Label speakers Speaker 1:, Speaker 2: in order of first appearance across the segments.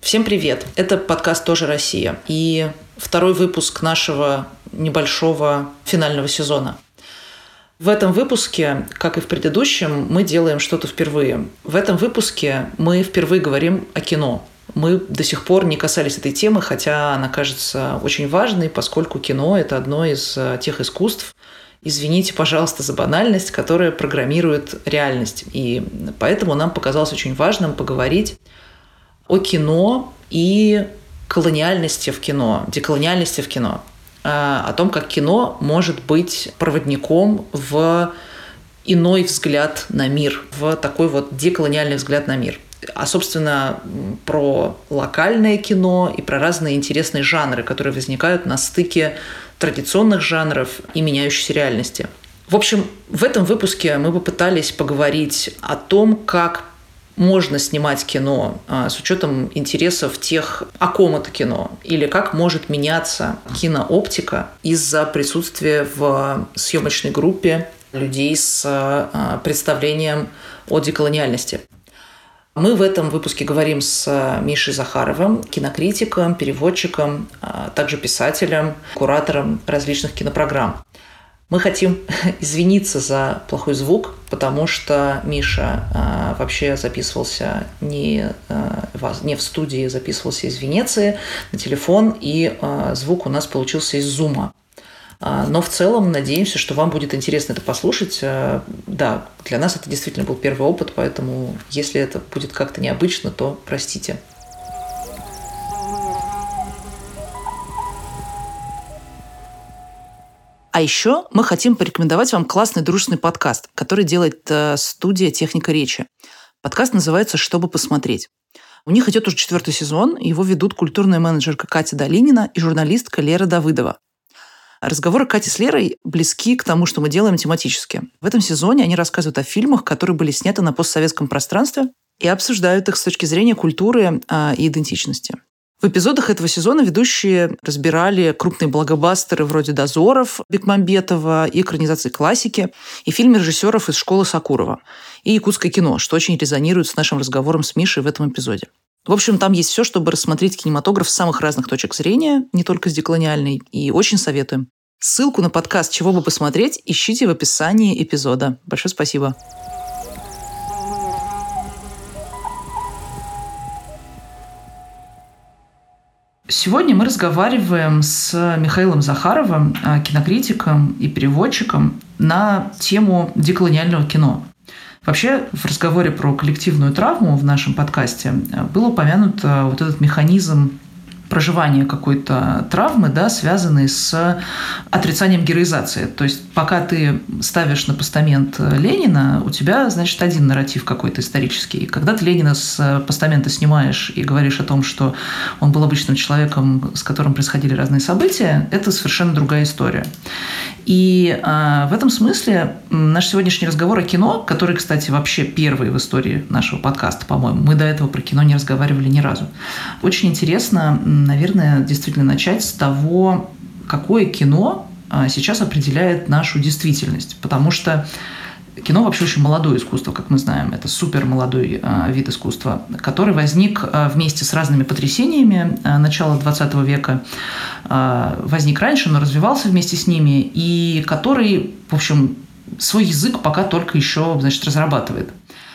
Speaker 1: Всем привет! Это подкаст «Тоже Россия» и второй выпуск нашего небольшого финального сезона. В этом выпуске, как и в предыдущем, мы делаем что-то впервые. В этом выпуске мы впервые говорим о кино. Мы до сих пор не касались этой темы, хотя она кажется очень важной, поскольку кино – это одно из тех искусств, извините, пожалуйста, за банальность, которая программирует реальность. И поэтому нам показалось очень важным поговорить о кино и колониальности в кино, деколониальности в кино, о том, как кино может быть проводником в иной взгляд на мир, в такой вот деколониальный взгляд на мир. А, собственно, про локальное кино и про разные интересные жанры, которые возникают на стыке традиционных жанров и меняющейся реальности. В общем, в этом выпуске мы попытались поговорить о том, как можно снимать кино с учетом интересов тех, о ком это кино, или как может меняться кинооптика из-за присутствия в съемочной группе людей с представлением о деколониальности. Мы в этом выпуске говорим с Мишей Захаровым, кинокритиком, переводчиком, также писателем, куратором различных кинопрограмм. Мы хотим извиниться за плохой звук, потому что Миша вообще записывался не в студии, записывался из Венеции на телефон, и звук у нас получился из Зума. Но в целом надеемся, что вам будет интересно это послушать. Да, для нас это действительно был первый опыт, поэтому если это будет как-то необычно, то простите. А еще мы хотим порекомендовать вам классный дружественный подкаст, который делает студия «Техника речи». Подкаст называется «Чтобы посмотреть». У них идет уже 4-й сезон, его ведут культурная менеджерка Катя Долинина и журналистка Лера Давыдова. Разговоры Кати с Лерой близки к тому, что мы делаем тематически. В этом сезоне они рассказывают о фильмах, которые были сняты на постсоветском пространстве, и обсуждают их с точки зрения культуры и идентичности. В эпизодах этого сезона ведущие разбирали крупные блокбастеры вроде «Дозоров» Бекмамбетова и экранизации классики, и фильмы режиссеров из школы Сакурова, и якутское кино, что очень резонирует с нашим разговором с Мишей в этом эпизоде. В общем, там есть все, чтобы рассмотреть кинематограф с самых разных точек зрения, не только с деколониальной, и очень советуем. Ссылку на подкаст «Чего бы посмотреть» ищите в описании эпизода. Большое спасибо. Сегодня мы разговариваем с Михаилом Захаровым, кинокритиком и переводчиком, на тему деколониального кино. Вообще, в разговоре про коллективную травму в нашем подкасте был упомянут вот этот механизм проживания какой-то травмы, да, связанный с отрицанием героизации. То есть пока ты ставишь на постамент Ленина, у тебя, значит, один нарратив какой-то исторический. Когда ты Ленина с постамента снимаешь и говоришь о том, что он был обычным человеком, с которым происходили разные события, это совершенно другая история. И в этом смысле наш сегодняшний разговор о кино, который, кстати, вообще первый в истории нашего подкаста, по-моему, мы до этого про кино не разговаривали ни разу. Очень интересно, наверное, действительно начать с того, какое кино сейчас определяет нашу действительность. Потому что кино вообще очень молодое искусство, как мы знаем. Это супер молодой вид искусства, который возник вместе с разными потрясениями начала XX века. Возник раньше, но развивался вместе с ними. И который, в общем, свой язык пока только еще, значит, разрабатывает.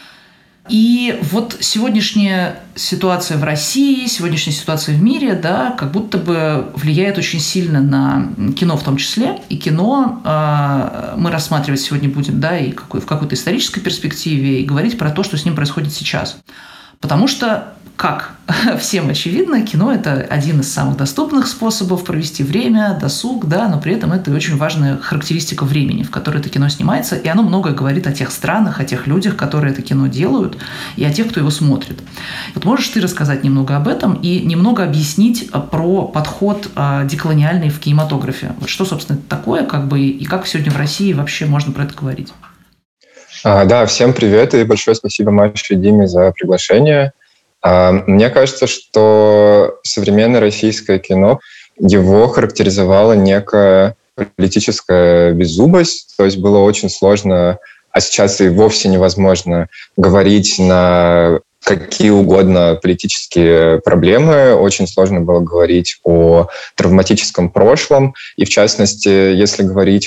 Speaker 1: И вот сегодняшняя ситуация в России, сегодняшняя ситуация в мире, да, как будто бы влияет очень сильно на кино в том числе. И кино мы рассматривать сегодня будем, да, и в какой-то исторической перспективе, и говорить про то, что с ним происходит сейчас. Потому что, как всем очевидно, кино – это один из самых доступных способов провести время, досуг, да, но при этом это очень важная характеристика времени, в которой это кино снимается, и оно многое говорит о тех странах, о тех людях, которые это кино делают, и о тех, кто его смотрит. Вот можешь ты рассказать немного об этом и немного объяснить про подход деколониальный в кинематографе? Вот что, собственно, это такое, как бы, и как сегодня в России вообще можно про это говорить?
Speaker 2: Да, всем привет и большое спасибо Маше и Диме за приглашение. Мне кажется, что современное российское кино, его характеризовала некая политическая беззубость, то есть было очень сложно, а сейчас и вовсе невозможно говорить на какие угодно политические проблемы, очень сложно было говорить о травматическом прошлом. И в частности, если говорить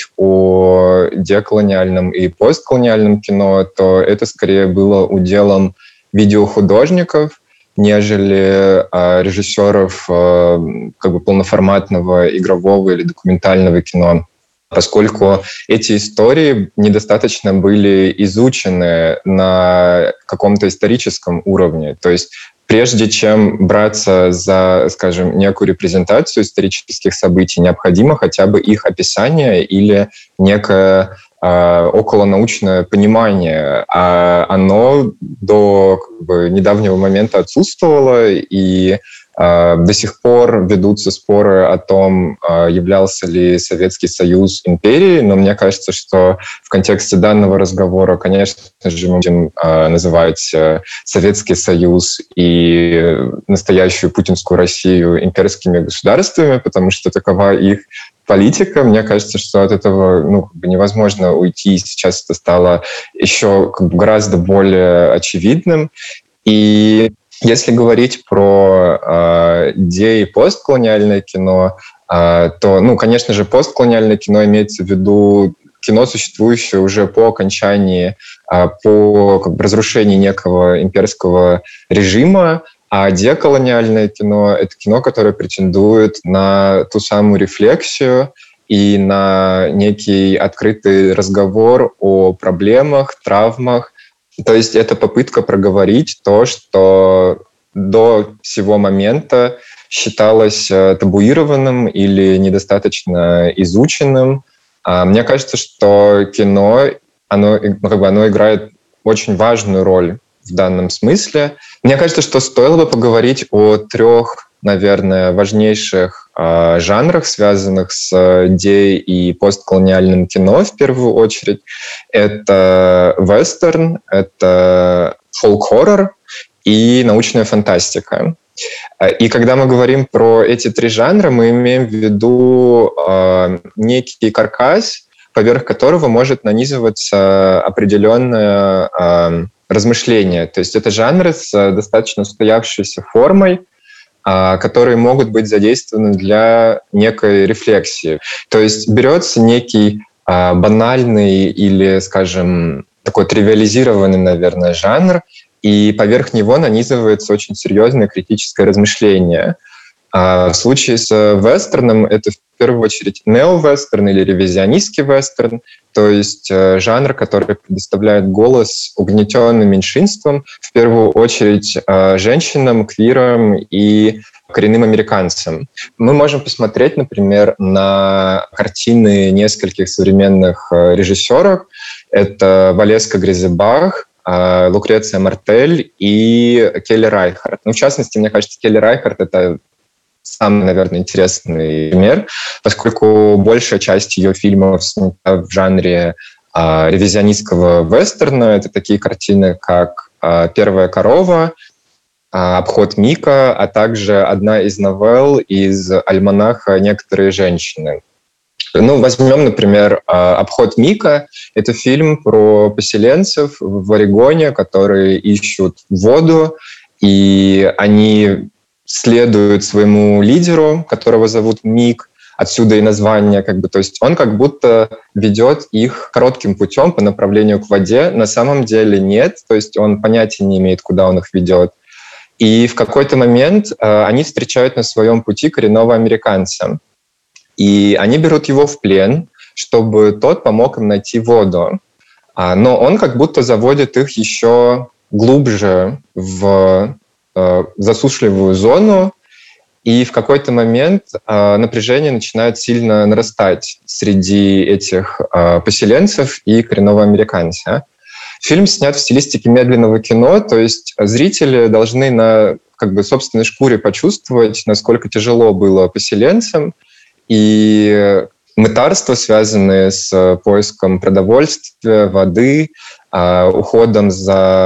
Speaker 2: о деколониальном и постколониальном кино, то это скорее было уделом видеохудожников, нежели режиссеров как бы полноформатного игрового или документального кино, поскольку эти истории недостаточно были изучены на каком-то историческом уровне. То есть прежде чем браться за, скажем, некую репрезентацию исторических событий, необходимо хотя бы их описание или некое околонаучное понимание. А оно до недавнего момента отсутствовало, и до сих пор ведутся споры о том, являлся ли Советский Союз империей, но мне кажется, что в контексте данного разговора, конечно же, мы будем называть Советский Союз и настоящую путинскую Россию имперскими государствами, потому что такова их политика. Мне кажется, что от этого невозможно уйти. Сейчас это стало еще гораздо более очевидным. И если говорить про де- и постколониальное кино, то, конечно же, постколониальное кино имеется в виду кино, существующее уже по окончании, по разрушению некого имперского режима, а деколониальное кино — это кино, которое претендует на ту самую рефлексию и на некий открытый разговор о проблемах, травмах. То есть это попытка проговорить то, что до сего момента считалось табуированным или недостаточно изученным. Мне кажется, что кино, оно играет очень важную роль в данном смысле. Мне кажется, что стоило бы поговорить о 3, наверное, важнейших жанрах, связанных с де- и постколониальным кино в первую очередь. Это вестерн, это фолк-хоррор и научная фантастика. И когда мы говорим про эти 3 жанра, мы имеем в виду некий каркас, поверх которого может нанизываться определенное размышление. То есть это жанры с достаточно устоявшейся формой, которые могут быть задействованы для некой рефлексии. То есть берется некий банальный или, скажем, такой тривиализированный, наверное, жанр, и поверх него нанизывается очень серьезное критическое размышление. В случае с вестерном это в первую очередь нео-вестерн или ревизионистский вестерн, то есть жанр, который предоставляет голос угнетенным меньшинствам, в первую очередь женщинам, квирам и коренным американцам. Мы можем посмотреть, например, на картины нескольких современных режиссеров. Это Валеска Гризебах, Лукреция Мартель и Келли Райхардт. В частности, мне кажется, Келли Райхардт — это самый, наверное, интересный пример, поскольку большая часть ее фильмов снята в жанре ревизионистского вестерна. Это такие картины, как «Первая корова», «Обход Мика», а также одна из новелл из альманаха «Некоторые женщины». Возьмем, например, «Обход Мика». Это фильм про поселенцев в Орегоне, которые ищут воду, и они следуют своему лидеру, которого зовут Мик. Отсюда и название, то есть он как будто ведет их коротким путем по направлению к воде. На самом деле нет, то есть он понятия не имеет, куда он их ведет. И в какой-то момент они встречают на своем пути коренного американца. И они берут его в плен, чтобы тот помог им найти воду. Но он как будто заводит их еще глубже в засушливую зону, и в какой-то момент напряжение начинает сильно нарастать среди этих поселенцев и коренного американца. Фильм снят в стилистике медленного кино, то есть зрители должны на собственной шкуре почувствовать, насколько тяжело было поселенцам, и мытарства, связанные с поиском продовольствия, воды, уходом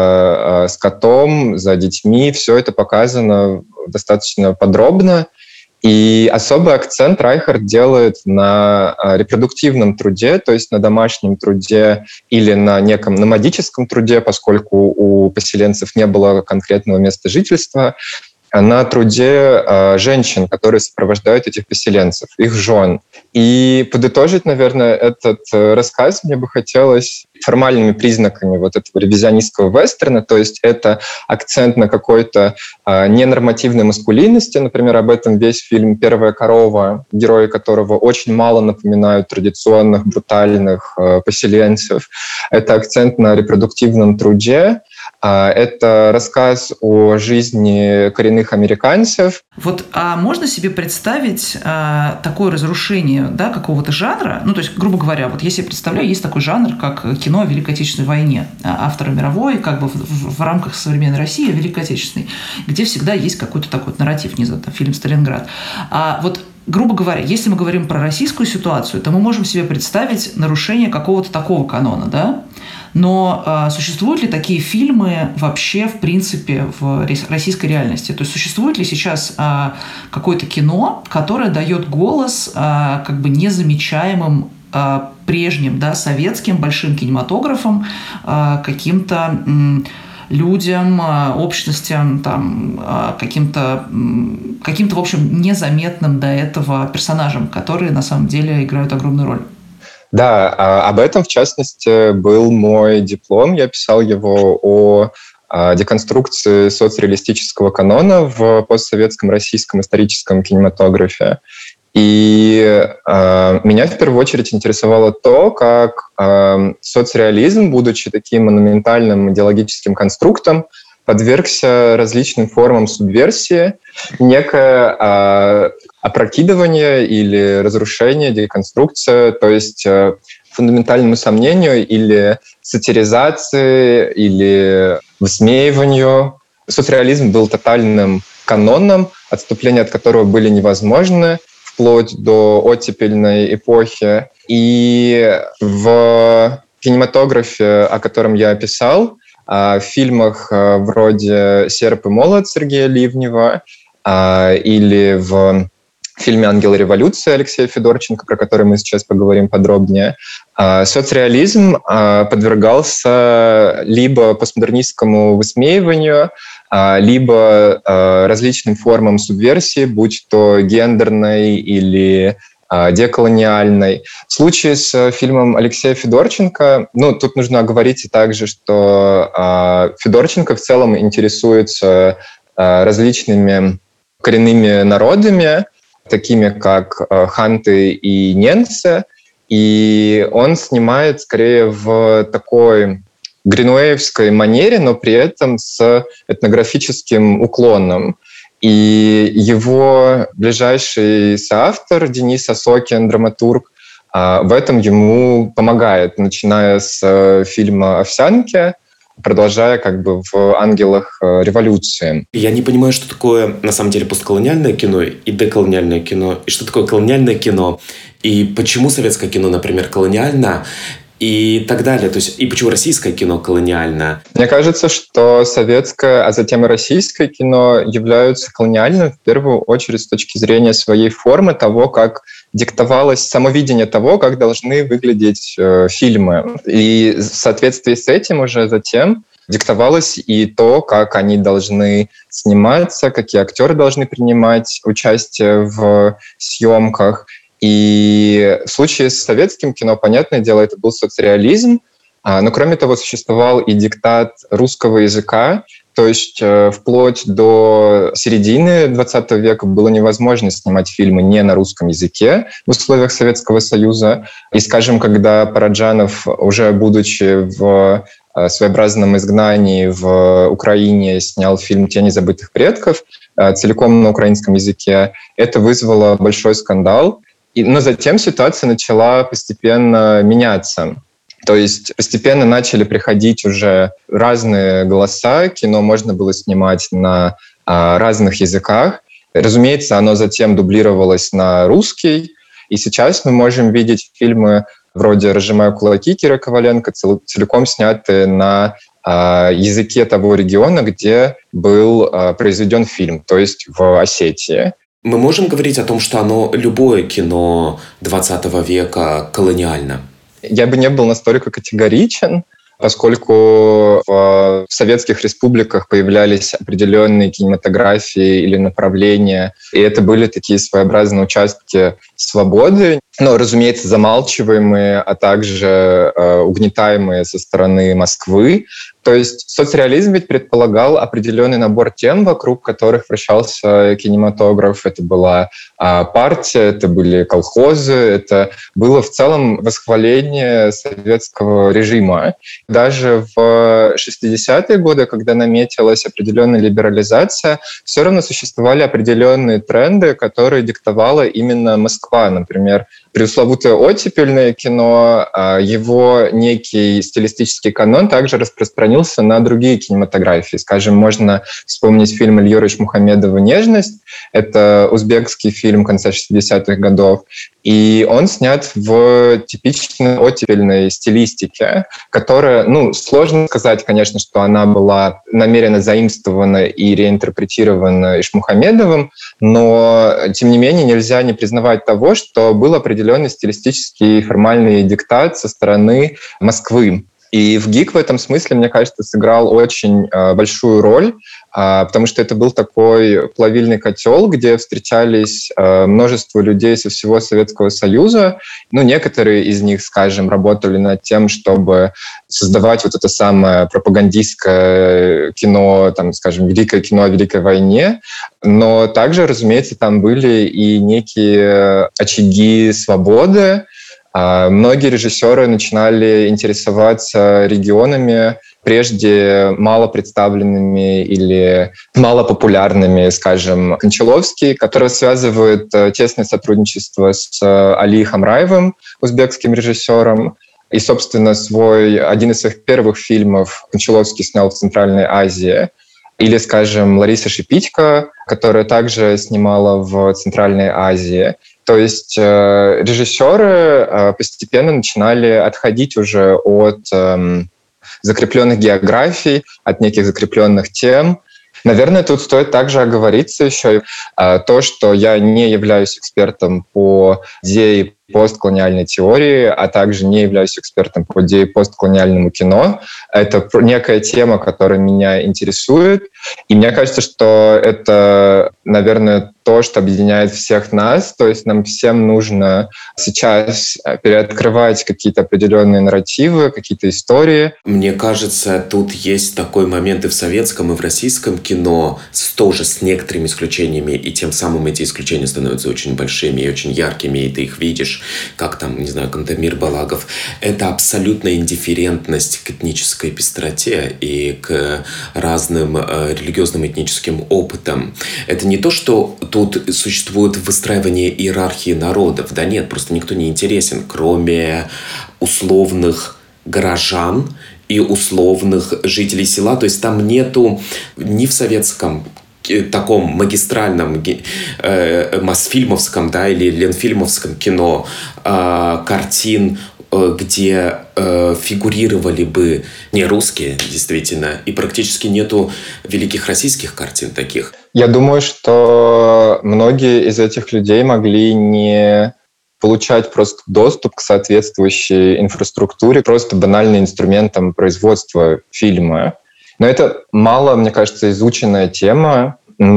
Speaker 2: за скотом, за детьми, все это показано достаточно подробно. И особый акцент Райхард делает на репродуктивном труде, то есть на домашнем труде или на неком номадическом труде, поскольку у поселенцев не было конкретного места жительства, на труде женщин, которые сопровождают этих поселенцев, их жен. И подытожить, наверное, этот рассказ мне бы хотелось формальными признаками вот этого ревизионистского вестерна, то есть это акцент на какой-то ненормативной маскулинности, например, об этом весь фильм «Первая корова», герои которого очень мало напоминают традиционных брутальных поселенцев. Это акцент на репродуктивном труде, это рассказ о жизни коренных американцев.
Speaker 1: Вот, а можно себе представить такое разрушение, да, какого-то жанра? Ну, то есть, грубо говоря, вот если я представляю, есть такой жанр, как кино о Великой Отечественной войне, автора мировой, как бы в рамках современной России, Великой Отечественной, где всегда есть какой-то такой нарратив, не знаю, там, фильм «Сталинград». А вот, грубо говоря, если мы говорим про российскую ситуацию, то мы можем себе представить нарушение какого-то такого канона, да? Но существуют ли такие фильмы вообще, в принципе, в российской реальности? То есть существует ли сейчас какое-то кино, которое дает голос как бы незамечаемым прежним, да, советским большим кинематографом, каким-то людям, общностям, там, каким-то, в общем, незаметным до этого персонажам, которые на самом деле играют огромную роль?
Speaker 2: Да, об этом, в частности, был мой диплом. Я писал его о деконструкции соцреалистического канона в постсоветском российском историческом кинематографе. И меня в первую очередь интересовало то, как соцреализм, будучи таким монументальным идеологическим конструктом, подвергся различным формам субверсии, некое опрокидывание или разрушение, деконструкция, то есть фундаментальному сомнению или сатиризации, или высмеиванию. Соцреализм был тотальным каноном, отступления от которого были невозможны, вплоть до оттепельной эпохи. И в кинематографе, о котором я писал, в фильмах вроде «Серп и молот» Сергея Ливнева или в фильме «Ангелы революции» Алексея Федорченко, про который мы сейчас поговорим подробнее, соцреализм подвергался либо постмодернистскому высмеиванию, либо различным формам субверсии, будь то гендерной или деколониальной. В случае с фильмом Алексея Федорченко, тут нужно оговорить и также, что Федорченко в целом интересуется различными коренными народами, такими как ханты и ненцы, и он снимает скорее в такой гринуэевской манере, но при этом с этнографическим уклоном. И его ближайший соавтор Денис Осокин, драматург, в этом ему помогает, начиная с фильма «Овсянки», продолжая как бы в «Ангелах революции».
Speaker 3: Я не понимаю, что такое на самом деле постколониальное кино и деколониальное кино, и что такое колониальное кино, и почему советское кино, например, колониально, и так далее. То есть, и почему российское кино колониально?
Speaker 2: Мне кажется, что советское, а затем и российское кино являются колониальным в первую очередь с точки зрения своей формы, того, как диктовалось само видение того, как должны выглядеть фильмы. И в соответствии с этим уже затем диктовалось и то, как они должны сниматься, какие актеры должны принимать участие в съемках. И в случае с советским кино, понятное дело, это был соцреализм, но кроме того существовал и диктат русского языка, то есть вплоть до середины XX века было невозможно снимать фильмы не на русском языке в условиях Советского Союза. И, скажем, когда Параджанов, уже будучи в своеобразном изгнании в Украине, снял фильм «Тени забытых предков» целиком на украинском языке, это вызвало большой скандал. Но затем ситуация начала постепенно меняться. То есть постепенно начали приходить уже разные голоса, кино можно было снимать на разных языках. Разумеется, оно затем дублировалось на русский, и сейчас мы можем видеть фильмы вроде «Разжимаю кулаки» Киры Коваленко, целиком снятые на языке того региона, где был произведен фильм, то есть в Осетии.
Speaker 3: Мы можем говорить о том, что любое кино 20 века колониально?
Speaker 2: Я бы не был настолько категоричен, поскольку в советских республиках появлялись определенные кинематографии или направления, и это были такие своеобразные участки свободы, но, разумеется, замалчиваемые, а также угнетаемые со стороны Москвы. То есть соцреализм ведь предполагал определенный набор тем, вокруг которых вращался кинематограф. Это была партия, это были колхозы, это было в целом восхваление советского режима. Даже в 60-е годы, когда наметилась определенная либерализация, все равно существовали определенные тренды, которые диктовала именно Москва. Например, пресловутое оттепельное кино, его некий стилистический канон также распространился на другие кинематографии. Скажем, можно вспомнить фильм Ильи Мухамедова «Нежность». Это узбекский фильм конца 60-х годов. И он снят в типичной оттепельной стилистике, которая, сложно сказать, конечно, что она была намеренно заимствована и реинтерпретирована Ишмухамедовым, но, тем не менее, нельзя не признавать того, что был определенный стилистический и формальный диктат со стороны Москвы. И в ГИК в этом смысле, мне кажется, сыграл очень большую роль, потому что это был такой плавильный котел, где встречались множество людей со всего Советского Союза. Некоторые из них, скажем, работали над тем, чтобы создавать вот это самое пропагандистское кино, скажем, великое кино о Великой войне. Но также, разумеется, там были и некие очаги свободы. Многие режиссеры начинали интересоваться регионами, прежде мало представленными или мало популярными, скажем, Кончаловский, который связывает тесное сотрудничество с Али Хамраевым, узбекским режиссером. И, собственно, один из своих первых фильмов Кончаловский снял в Центральной Азии. Или, скажем, Лариса Шипитько, которая также снимала в Центральной Азии. То есть режиссеры постепенно начинали отходить уже от закрепленных географий, от неких закрепленных тем. Наверное, тут стоит также оговориться еще то, что я не являюсь экспертом по идее постколониальной теории, а также не являюсь экспертом по идее постколониальному кино. Это некая тема, которая меня интересует. И мне кажется, что это, наверное, то, что объединяет всех нас. То есть нам всем нужно сейчас переоткрывать какие-то определенные нарративы, какие-то истории.
Speaker 3: Мне кажется, тут есть такой момент и в советском, и в российском кино, тоже с некоторыми исключениями, и тем самым эти исключения становятся очень большими и очень яркими, и ты их видишь, как там, не знаю, Кантемир Балагов. Это абсолютная индифферентность к этнической пестроте и к разным религиозным этническим опытам. Это не то, что тут существует выстраивание иерархии народов. Да нет, просто никто не интересен, кроме условных горожан и условных жителей села. То есть там нету ни в советском таком магистральном Мосфильмовском, или ленфильмовском кино картин, где фигурировали бы не русские, действительно, и практически нету великих российских картин таких.
Speaker 2: Я думаю, что многие из этих людей могли не получать просто доступ к соответствующей инфраструктуре, просто банальным инструментам производства фильма. Но это мало, мне кажется, изученная тема,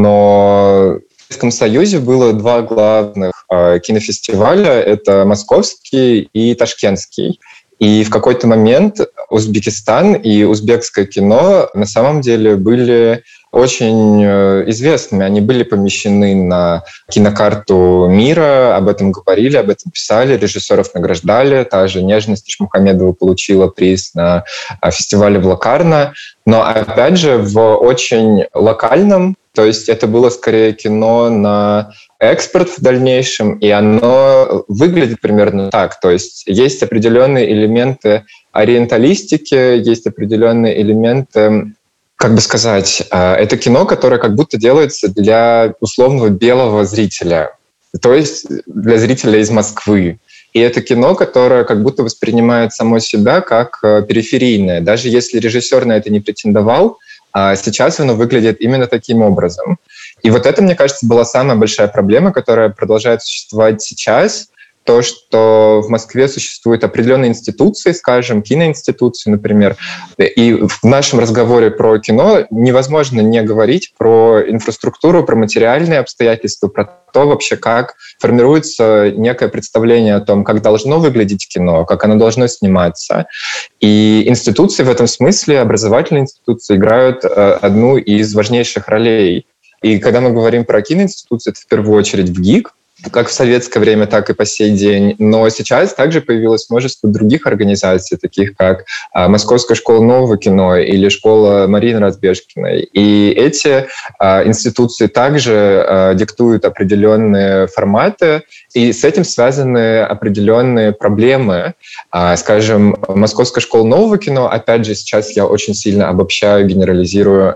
Speaker 2: но в Советском Союзе было два главных кинофестиваля. Это московский и ташкентский. И в какой-то момент Узбекистан и узбекское кино на самом деле были очень известными. Они были помещены на кинокарту мира, об этом говорили, об этом писали, режиссеров награждали. Та же «Нежность» Ишмухамедова получила приз на фестивале в Локарно. Но, опять же, в очень локальном, то есть это было скорее кино на экспорт в дальнейшем, и оно выглядит примерно так. То есть есть определенные элементы ориенталистики, есть определенные элементы, как бы сказать, это кино, которое как будто делается для условного белого зрителя, то есть для зрителя из Москвы. И это кино, которое как будто воспринимает само себя как периферийное. Даже если режиссер на это не претендовал, сейчас оно выглядит именно таким образом. И вот это, мне кажется, была самая большая проблема, которая продолжает существовать сейчас. То, что в Москве существуют определенные институции, скажем, киноинституции, например, и в нашем разговоре про кино невозможно не говорить про инфраструктуру, про материальные обстоятельства, про то вообще, как формируется некое представление о том, как должно выглядеть кино, как оно должно сниматься. И институции в этом смысле, образовательные институции, играют одну из важнейших ролей. И когда мы говорим про киноинституции, это в первую очередь ВГИК, как в советское время, так и по сей день. Но сейчас также появилось множество других организаций, таких как Московская школа нового кино или школа Марины Разбежкиной. И эти институции также диктуют определенные форматы, и с этим связаны определенные проблемы. Скажем, Московская школа нового кино, опять же, сейчас я очень сильно обобщаю, генерализирую,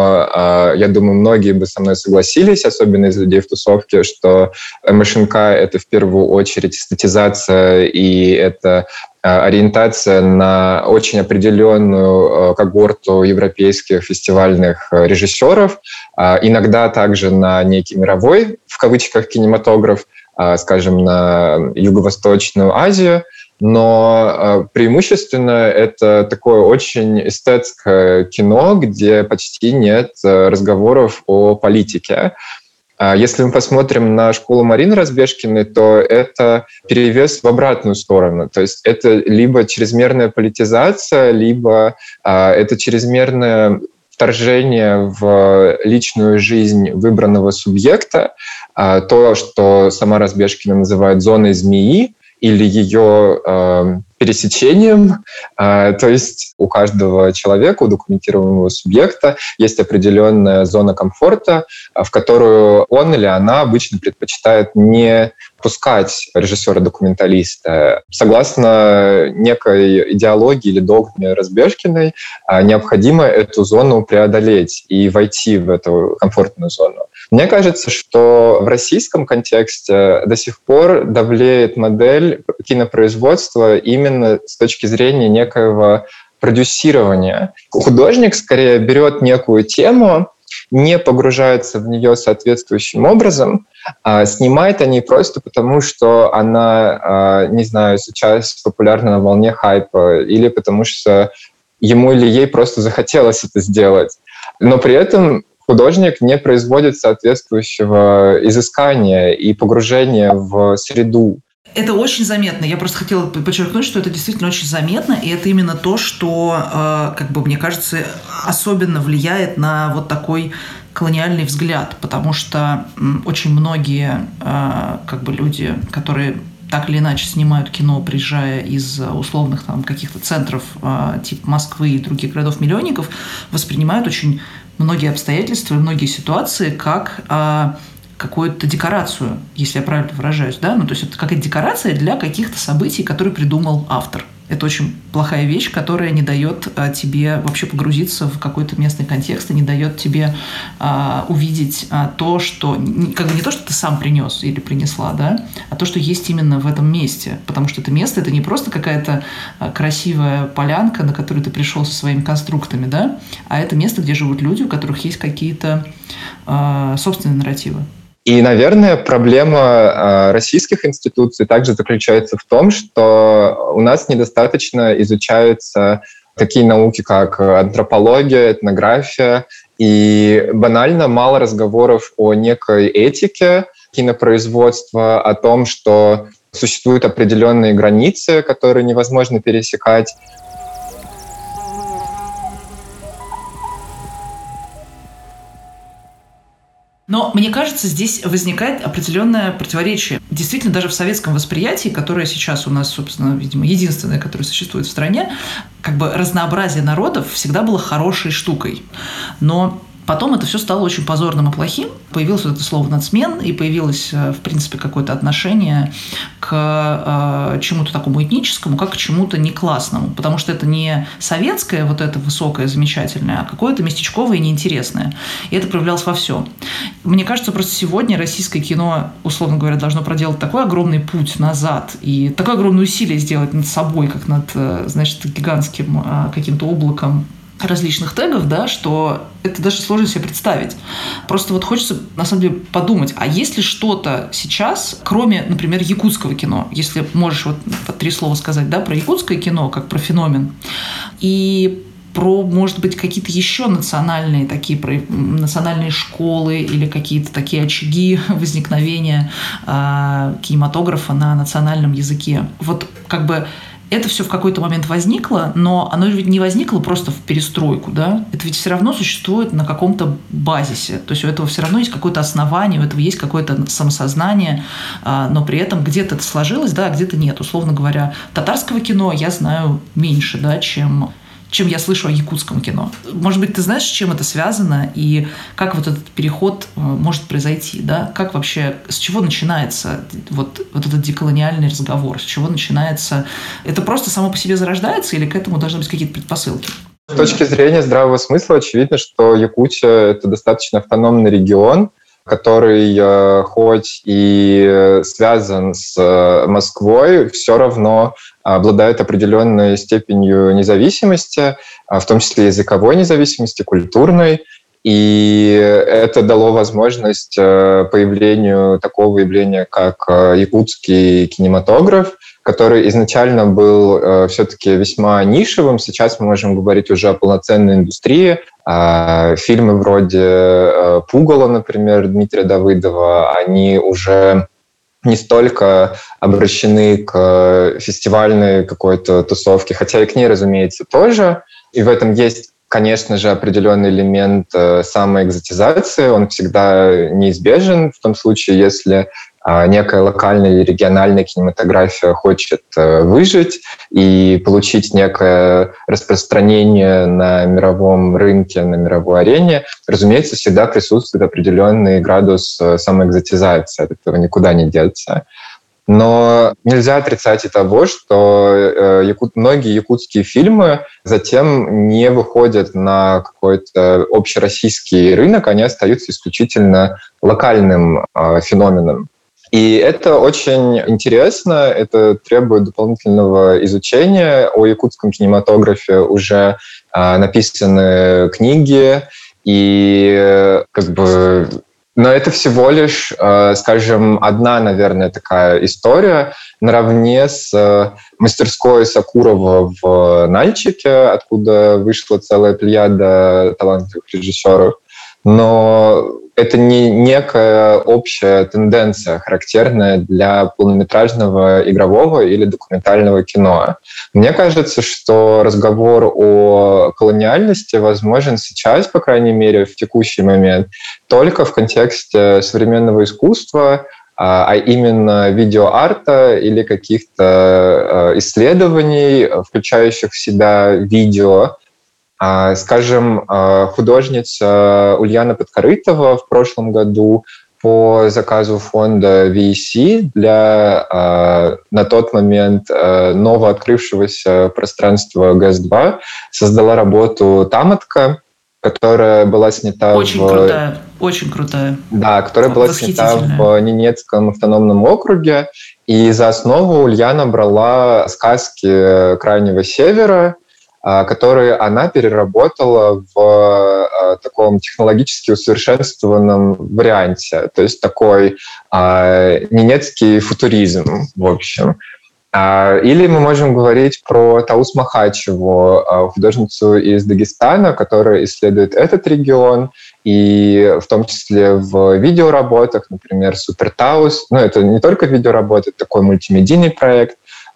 Speaker 2: но я думаю, многие бы со мной согласились, особенно из людей в тусовке, что МШНК — это в первую очередь эстетизация, и это ориентация на очень определенную когорту европейских фестивальных режиссеров, иногда также на некий мировой, в кавычках, кинематограф, скажем, на Юго-Восточную Азию, но преимущественно это такое очень эстетское кино, где почти нет разговоров о политике. Если мы посмотрим на школу Марины Разбежкиной, то это перевес в обратную сторону. То есть это либо чрезмерная политизация, либо это чрезмерное вторжение в личную жизнь выбранного субъекта, то, что сама Разбежкина называет «зоной змеи», или ее пересечением. То есть у каждого человека, у документируемого субъекта есть определенная зона комфорта, в которую он или она обычно предпочитает не пускать режиссера-документалиста. Согласно некой идеологии или догме Разбежкиной, необходимо эту зону преодолеть и войти в эту комфортную зону. Мне кажется, что в российском контексте до сих пор давлеет модель кинопроизводства именно с точки зрения некоего продюсирования. Художник скорее берет некую тему, не погружается в нее соответствующим образом, а снимает о ней просто потому, что она, не знаю, сейчас популярна на волне хайпа, или потому что ему или ей просто захотелось это сделать. Но при этом художник не производит соответствующего изыскания и погружения в среду.
Speaker 1: Это очень заметно. Я просто хотела подчеркнуть, что это действительно очень заметно, и это именно то, что, мне кажется, особенно влияет на вот такой колониальный взгляд, потому что очень многие люди, которые так или иначе снимают кино, приезжая из условных там каких-то центров типа Москвы и других городов-миллионников, воспринимают очень многие обстоятельства и многие ситуации как какую-то декорацию, если я правильно выражаюсь, да? То есть это какая-то декорация для каких-то событий, которые придумал автор. Это очень плохая вещь, которая не дает тебе вообще погрузиться в какой-то местный контекст и не дает тебе увидеть то, что... не то, что ты сам принес или принесла, да? А то, что есть именно в этом месте. Потому что это место — это не просто какая-то красивая полянка, на которую ты пришел со своими конструктами, да? А это место, где живут люди, у которых есть какие-то собственные нарративы.
Speaker 2: И, наверное, проблема российских институций также заключается в том, что у нас недостаточно изучаются такие науки, как антропология, этнография, и банально мало разговоров о некой этике кинопроизводства, о том, что существуют определенные границы, которые невозможно пересекать.
Speaker 1: Но мне кажется, здесь возникает определенное противоречие. Действительно, даже в советском восприятии, которое сейчас у нас, собственно, видимо, единственное, которое существует в стране, разнообразие народов всегда было хорошей штукой. Но потом это все стало очень позорным и плохим. Появилось вот это слово «нацмен», и появилось, в принципе, какое-то отношение к чему-то такому этническому, как к чему-то не классному. Потому что это не советское, вот это высокое, замечательное, а какое-то местечковое и неинтересное. И это проявлялось во всем. Мне кажется, просто сегодня российское кино, условно говоря, должно проделать такой огромный путь назад и такое огромное усилие сделать над собой, как над, гигантским каким-то облаком различных тегов, да, что это даже сложно себе представить. Просто вот хочется, на самом деле, подумать, а есть ли что-то сейчас, кроме, например, якутского кино, если можешь вот 3 слова сказать, да, про якутское кино, как про феномен, и про, может быть, какие-то еще национальные такие, национальные школы или какие-то такие очаги возникновения кинематографа на национальном языке. Вот как бы это все в какой-то момент возникло, но оно ведь не возникло просто в перестройку, да? Это ведь все равно существует на каком-то базисе. То есть у этого все равно есть какое-то основание, у этого есть какое-то самосознание, но при этом где-то это сложилось, да, а где-то нет. Условно говоря, татарского кино я знаю меньше, да, чем я слышу о якутском кино. Может быть, ты знаешь, с чем это связано и как вот этот переход может произойти, да? Как вообще, с чего начинается вот этот деколониальный разговор? С чего начинается? Это просто само по себе зарождается или к этому должны быть какие-то предпосылки?
Speaker 2: С точки зрения здравого смысла очевидно, что Якутия – это достаточно автономный регион, который хоть и связан с Москвой, все равно обладает определенной степенью независимости, в том числе языковой независимости, культурной. И это дало возможность появлению такого явления, как якутский кинематограф, который изначально был все-таки весьма нишевым. Сейчас мы можем говорить уже о полноценной индустрии. Фильмы вроде «Пугало», например, Дмитрия Давыдова, они уже не столько обращены к фестивальной какой-то тусовке, хотя и к ней, разумеется, тоже. И в этом есть, конечно же, определенный элемент самоэкзотизации. Он всегда неизбежен в том случае, если некая локальная или региональная кинематография хочет выжить и получить некое распространение на мировом рынке, на мировой арене, разумеется, всегда присутствует определенный градус самоэкзотизации. От этого никуда не деться. Но нельзя отрицать и того, что многие якутские фильмы затем не выходят на какой-то общероссийский рынок, они остаются исключительно локальным феноменом. И это очень интересно, это требует дополнительного изучения. О якутском кинематографе уже написаны книги, и но это всего лишь, скажем, одна, наверное, такая история наравне с мастерской Сакурова в Нальчике, откуда вышла целая плеяда талантливых режиссеров. Но это не некая общая тенденция, характерная для полнометражного игрового или документального кино. Мне кажется, что разговор о колониальности возможен сейчас, по крайней мере, в текущий момент, только в контексте современного искусства, а именно видеоарта или каких-то исследований, включающих в себя видео. Скажем, художница Ульяна Подкорытова в прошлом году по заказу фонда VEC для на тот момент новооткрывшегося пространства ГЭС-2 создала работу «Тамотка», которая была снята
Speaker 1: очень крутая.
Speaker 2: Да, которая была снята в Ненецком автономном округе. И за основу Ульяна брала сказки Крайнего Севера, которые она переработала в таком технологически усовершенствованном варианте. То есть такой ненецкий футуризм, в общем. Или мы можем говорить про Таус Махачеву, художницу из Дагестана, которая исследует этот регион, и в том числе в видеоработах, например, Супертаус. Но это не только видеоработа, это такой мультимедийный проект,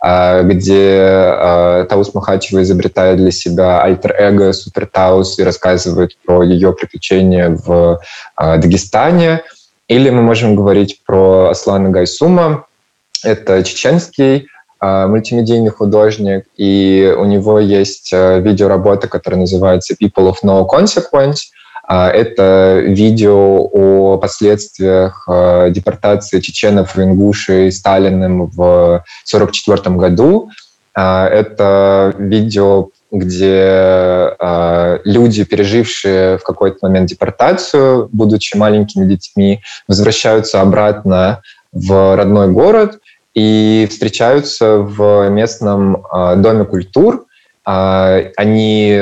Speaker 2: где Таус Махачева изобретает для себя альтер-эго Супертаус и рассказывает про ее приключения в Дагестане. Или мы можем говорить про Аслана Гайсума. Это чеченский мультимедийный художник, и у него есть видеоработа, которая называется «People of No Consequence». Это видео о последствиях депортации чеченов и ингушей Сталиным в 1944 году. Это видео, где люди, пережившие в какой-то момент депортацию, будучи маленькими детьми, возвращаются обратно в родной город и встречаются в местном доме культур. они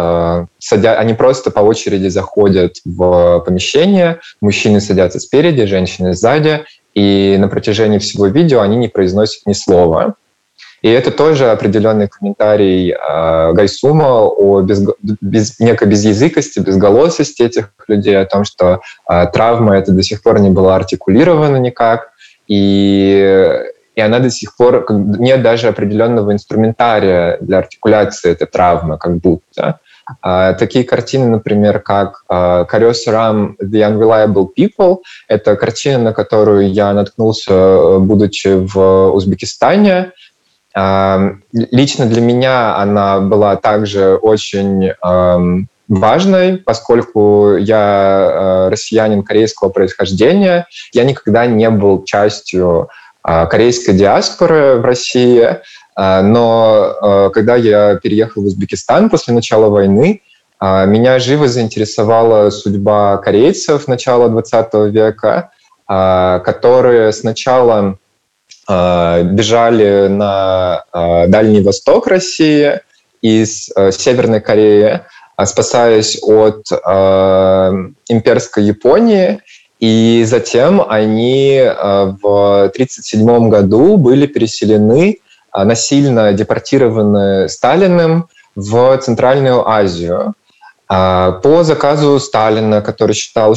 Speaker 2: просто по очереди заходят в помещение, мужчины садятся спереди, женщины сзади, и на протяжении всего видео они не произносят ни слова. И это тоже определенный комментарий Гайсума о некой безязыкости, безголосости этих людей, о том, что травма эта до сих пор не была артикулирована никак, и она до сих пор... Нет даже определенного инструментария для артикуляции этой травмы, как будто. Такие картины, например, как «Карё Сарам The Unreliable People», это картина, на которую я наткнулся, будучи в Узбекистане. Лично для меня она была также очень важной, поскольку я россиянин корейского происхождения. Я никогда не был частью корейской диаспоры в России, но когда я переехал в Узбекистан после начала войны, меня живо заинтересовала судьба корейцев начала XX века, которые сначала бежали на Дальний Восток России из Северной Кореи, спасаясь от имперской Японии. И затем они в 1937 году были переселены, насильно депортированы Сталиным в Центральную Азию. По заказу Сталина, который считал,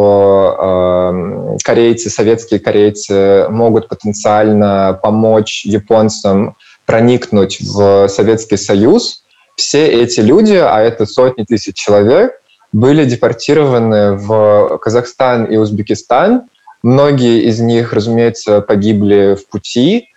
Speaker 2: что корейцы, советские корейцы могут потенциально помочь японцам проникнуть в Советский Союз, все эти люди, а это сотни тысяч человек, были депортированы в Казахстан и Узбекистан. Многие из них, разумеется, погибли в пути,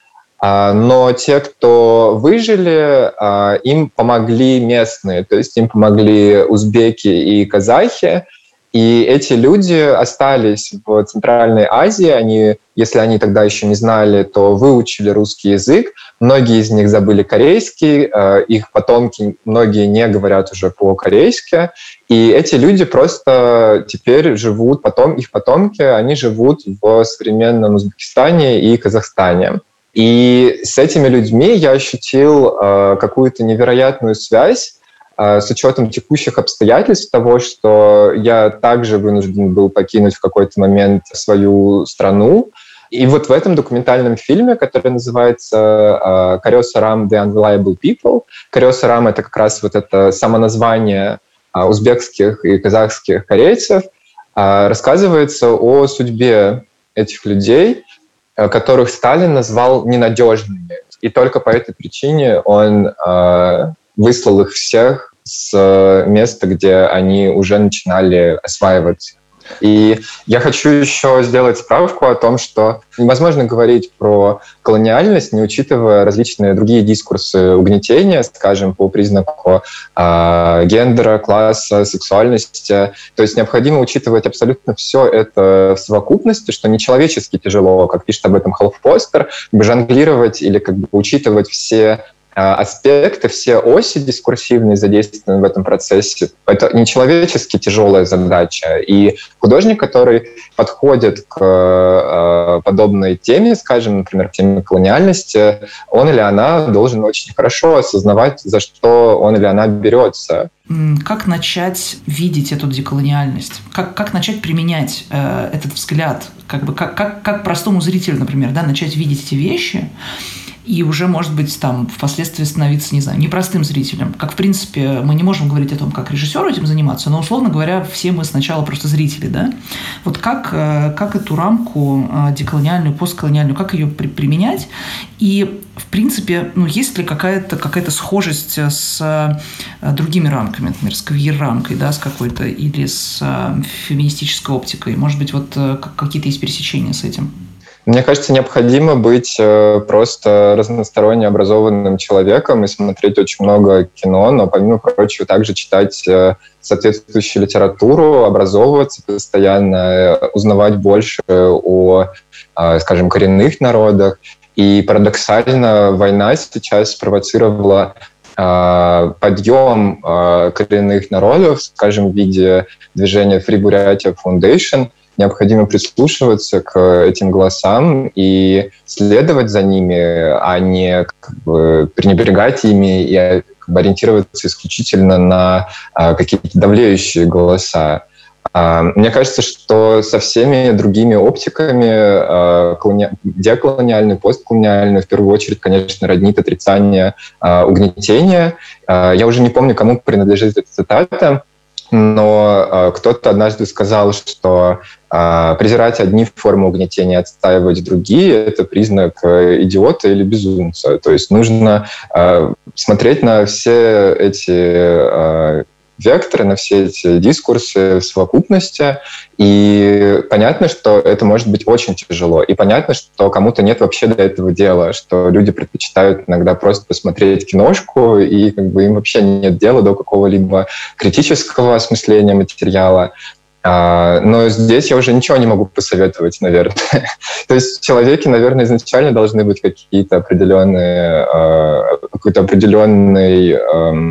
Speaker 2: но те, кто выжили, им помогли местные, то есть им помогли узбеки и казахи. И эти люди остались в Центральной Азии. Они, если они тогда еще не знали, то выучили русский язык. Многие из них забыли корейский, их потомки, многие не говорят уже по-корейски. И эти люди просто теперь живут, их потомки, они живут в современном Узбекистане и Казахстане. И с этими людьми я ощутил какую-то невероятную связь с учетом текущих обстоятельств того, что я также вынужден был покинуть в какой-то момент свою страну. И вот в этом документальном фильме, который называется «Карё Сарам The Unreliable People», «Карё Сарам» — это как раз вот это самоназвание узбекских и казахских корейцев, рассказывается о судьбе этих людей, которых Сталин назвал ненадежными. И только по этой причине он выслал их всех с места, где они уже начинали осваиваться. И я хочу еще сделать справку о том, что невозможно говорить про колониальность, не учитывая различные другие дискурсы угнетения, скажем, по признаку гендера, класса, сексуальности. То есть необходимо учитывать абсолютно все это в совокупности, что нечеловечески тяжело, как пишет об этом Халфпостер, жонглировать или учитывать все аспекты, все оси дискурсивные задействованы в этом процессе. Это нечеловечески тяжелая задача. И художник, который подходит к подобной теме, скажем, например, к теме колониальности, он или она должен очень хорошо осознавать, за что он или она берется.
Speaker 1: Как начать видеть эту деколониальность? Как начать применять этот взгляд? Как простому зрителю, например, начать видеть эти вещи и уже, может быть, впоследствии становиться, не знаю, непростым зрителем. Как, в принципе, мы не можем говорить о том, как режиссеру этим заниматься, но, условно говоря, все мы сначала просто зрители, да? Вот как эту рамку деколониальную, постколониальную, как ее применять? И, в принципе, есть ли какая-то схожесть с другими рамками, например, с квир-рамкой, да, с какой-то, или с феминистической оптикой? Может быть, какие-то есть пересечения с этим?
Speaker 2: Мне кажется, необходимо быть просто разносторонне образованным человеком и смотреть очень много кино, но, помимо прочего, также читать соответствующую литературу, образовываться постоянно, узнавать больше о, скажем, коренных народах. И парадоксально война сейчас спровоцировала подъем коренных народов, скажем, в виде движения Free Buryatia Foundation. необходимо прислушиваться к этим голосам и следовать за ними, а не пренебрегать ими и ориентироваться исключительно на какие-то давлеющие голоса. Мне кажется, что со всеми другими оптиками, деколониальной, постколониальной, в первую очередь, конечно, роднит отрицание угнетения. Я уже не помню, кому принадлежит эта цитата, но кто-то однажды сказал, что презирать одни формы угнетения, отстаивать другие — это признак идиота или безумца. То есть нужно смотреть на все эти векторы, на все эти дискурсы в совокупности. И понятно, что это может быть очень тяжело. И понятно, что кому-то нет вообще до этого дела, что люди предпочитают иногда просто посмотреть киношку, и им вообще нет дела до какого-либо критического осмысления материала. Но здесь я уже ничего не могу посоветовать, наверное. То есть в человеке, наверное, изначально должны быть какой-то определенный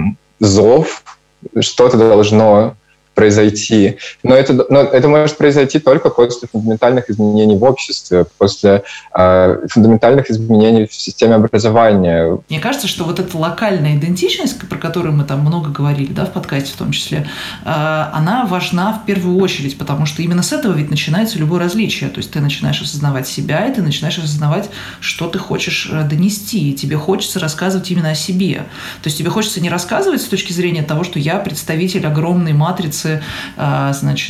Speaker 2: зов, что-то должно произойти. Но это может произойти только после фундаментальных изменений в обществе, после фундаментальных изменений в системе образования.
Speaker 1: Мне кажется, что вот эта локальная идентичность, про которую мы там много говорили, да, в подкасте в том числе, она важна в первую очередь, потому что именно с этого ведь начинается любое различие. То есть ты начинаешь осознавать себя, и ты начинаешь осознавать, что ты хочешь донести. И тебе хочется рассказывать именно о себе. То есть тебе хочется не рассказывать с точки зрения того, что я представитель огромной матрицы, значит,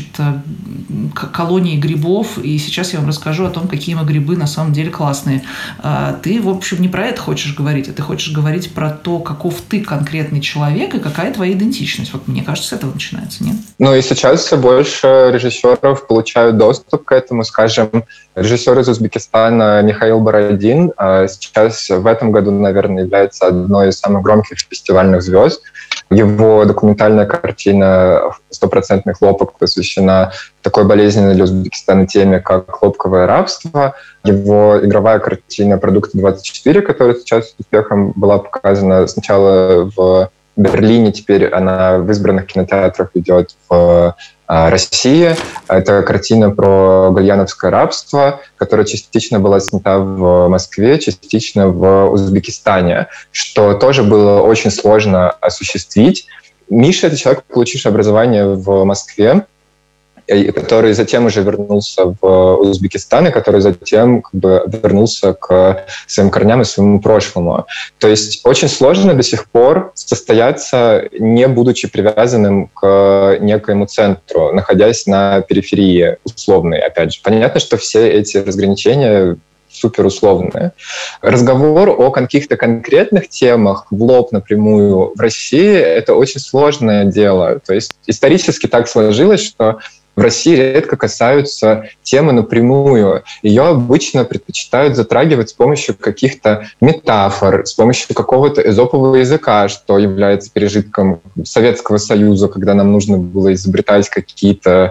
Speaker 1: колонии грибов, и сейчас я вам расскажу о том, какие мы грибы на самом деле классные. Ты, в общем, не про это хочешь говорить, а ты хочешь говорить про то, каков ты конкретный человек и какая твоя идентичность. Вот мне кажется, с этого начинается, нет?
Speaker 2: Ну и сейчас все больше режиссеров получают доступ к этому. Скажем, режиссер из Узбекистана Михаил Бородин сейчас в этом году, наверное, является одной из самых громких фестивальных звезд. Его документальная картина «100% хлопок» посвящена такой болезненной для Узбекистана теме, как хлопковое рабство. Его игровая картина «Продукты-24», которая сейчас с успехом была показана сначала в Берлине, теперь она в избранных кинотеатрах идет в России. Это картина про гальяновское рабство, которая частично была снята в Москве, частично в Узбекистане, что тоже было очень сложно осуществить. Миша — это человек, получивший образование в Москве, который затем уже вернулся в Узбекистан, и который затем вернулся к своим корням и своему прошлому. То есть очень сложно до сих пор состояться, не будучи привязанным к некоему центру, находясь на периферии условной, опять же. Понятно, что все эти разграничения суперусловные. Разговор о каких-то конкретных темах в лоб напрямую в России — это очень сложное дело. То есть исторически так сложилось, что в России редко касаются темы напрямую. Ее обычно предпочитают затрагивать с помощью каких-то метафор, с помощью какого-то эзопового языка, что является пережитком Советского Союза, когда нам нужно было изобретать какие-то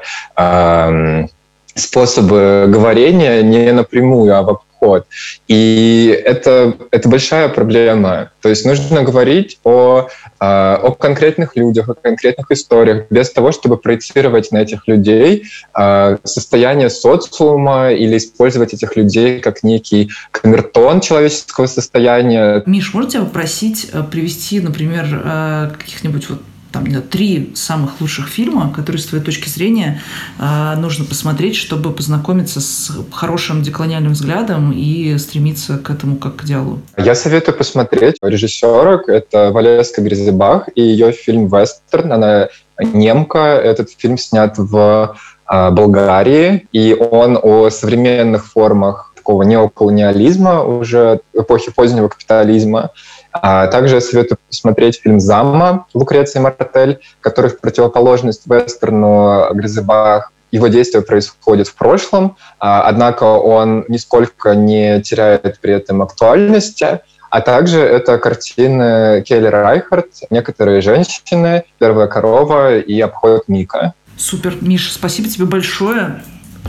Speaker 2: способы говорения не напрямую, а в обход. И это большая проблема. То есть нужно говорить о конкретных людях, о конкретных историях, без того, чтобы проецировать на этих людей состояние социума или использовать этих людей как некий камертон человеческого состояния.
Speaker 1: Миш, можно тебя попросить привести, например, каких-нибудь 3 самых лучших фильма, которые, с твоей точки зрения, нужно посмотреть, чтобы познакомиться с хорошим деколониальным взглядом и стремиться к этому как к идеалу?
Speaker 2: Я советую посмотреть режиссерок. Это Валеска Гризебах и ее фильм «Вестерн». Она немка. Этот фильм снят в Болгарии, и он о современных формах такого неоколониализма, уже эпохи позднего капитализма. Также я советую посмотреть фильм «Замма» Лукреции Мартель, который в противоположность вестерну Гризебах. Его действие происходит в прошлом, однако он нисколько не теряет при этом актуальности. А также это картины Келли Райхард, «Некоторые женщины», «Первая корова» и «Обход Мика».
Speaker 1: Супер, Миш, спасибо тебе большое.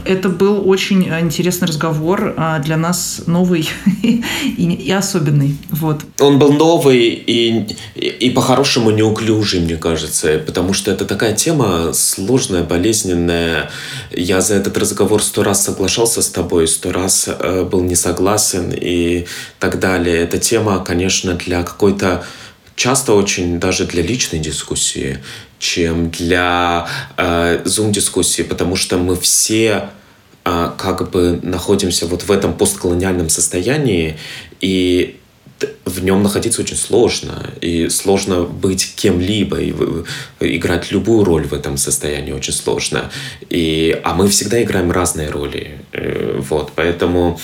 Speaker 1: Это был очень интересный разговор, для нас новый и особенный. Вот.
Speaker 3: Он был новый и по-хорошему неуклюжий, мне кажется, потому что это такая тема сложная, болезненная. Я за этот разговор 100 раз соглашался с тобой, 100 раз был не согласен и так далее. Эта тема, конечно, для какой-то часто очень даже для личной дискуссии, чем для зум-дискуссии, потому что мы все как бы находимся вот в этом постколониальном состоянии, и в нем находиться очень сложно, и сложно быть кем-либо, и играть любую роль в этом состоянии очень сложно. А мы всегда играем разные роли. Вот, поэтому...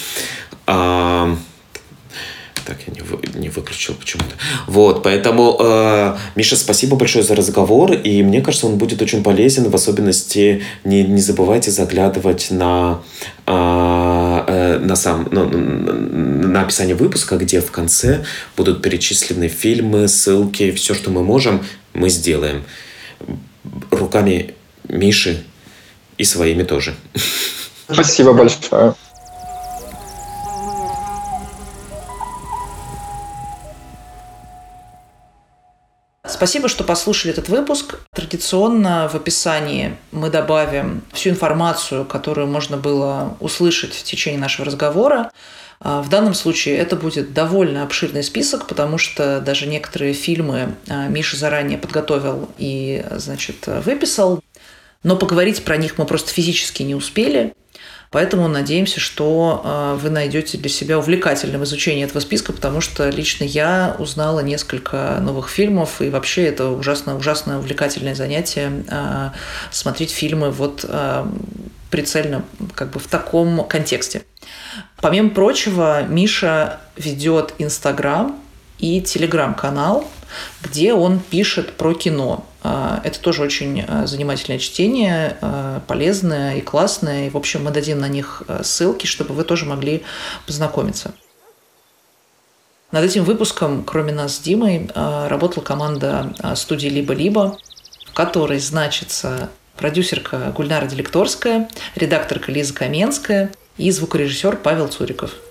Speaker 3: Так, я не выключил почему-то. Вот, поэтому, Миша, спасибо большое за разговор, и мне кажется, он будет очень полезен, в особенности не забывайте заглядывать на описание выпуска, где в конце будут перечислены фильмы, ссылки, все, что мы можем, мы сделаем. Руками Миши и своими тоже.
Speaker 2: Спасибо большое.
Speaker 1: Спасибо, что послушали этот выпуск. Традиционно в описании мы добавим всю информацию, которую можно было услышать в течение нашего разговора. В данном случае это будет довольно обширный список, потому что даже некоторые фильмы Миша заранее подготовил и, выписал. Но поговорить про них мы просто физически не успели. Поэтому надеемся, что вы найдете для себя увлекательным изучение этого списка, потому что лично я узнала несколько новых фильмов, и вообще это ужасно увлекательное занятие смотреть фильмы вот прицельно как бы в таком контексте. Помимо прочего, Миша ведет Инстаграм и Телеграм-канал, где он пишет про кино. Это тоже очень занимательное чтение, полезное и классное. И, в общем, мы дадим на них ссылки, чтобы вы тоже могли познакомиться. Над этим выпуском, кроме нас с Димой, работала команда студии «Либо-либо», в которой значится продюсерка Гульнара Делекторская, редакторка Лиза Каменская и звукорежиссер Павел Цуриков.